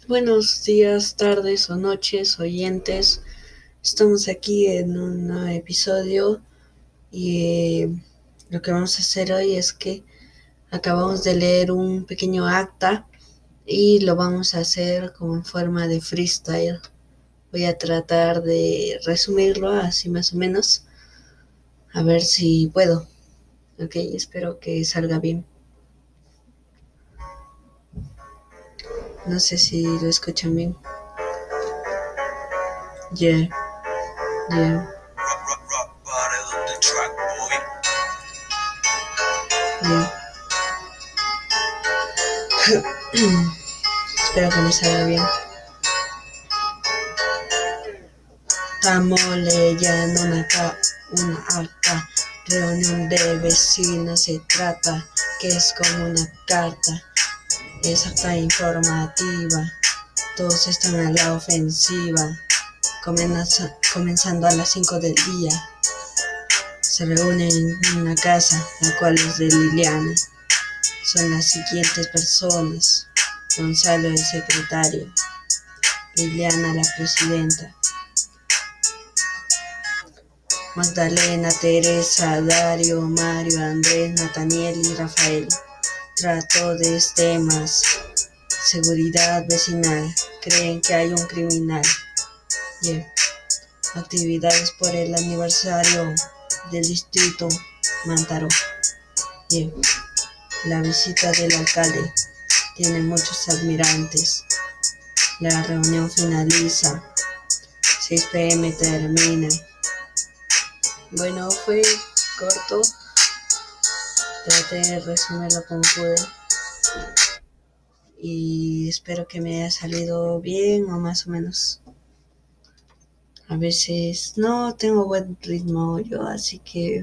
Buenos días, tardes o noches, oyentes. Estamos aquí en un episodio y lo que vamos a hacer hoy es que acabamos de leer un pequeño acta y lo vamos a hacer como en forma de freestyle. Voy a tratar de resumirlo así más o menos, a ver si puedo. Ok, espero que salga bien. No sé si lo escuchan bien. Yeah, yeah, yeah. Espero que me salga bien. Estamos leyendo una acta, reunión de vecinos se trata, que es como una carta, es acta informativa, todos están a la ofensiva, comenzando a las 5 del día, se reúnen en una casa, la cual es de Liliana, son las siguientes personas: Gonzalo el secretario, Liliana la presidenta, Magdalena, Teresa, Dario, Mario, Andrés, Nathaniel y Rafael. Trato de temas, seguridad vecinal, creen que hay un criminal. Yeah. Actividades por el aniversario del distrito Mantaro. Yeah. La visita del alcalde tiene muchos admirantes. La reunión finaliza, 6 p.m. termina. Bueno, fue corto. Traté de resumirlo como pude y espero que me haya salido bien o más o menos. A veces no tengo buen ritmo yo, así que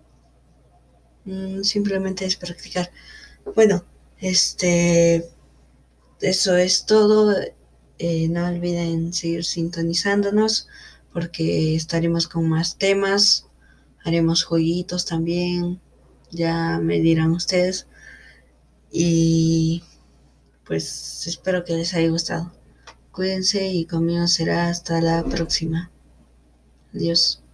simplemente es practicar. Bueno, eso es todo. No olviden seguir sintonizándonos porque estaremos con más temas. Haremos jueguitos también. Ya me dirán ustedes. Y pues espero que les haya gustado. Cuídense y conmigo será hasta la próxima. Adiós.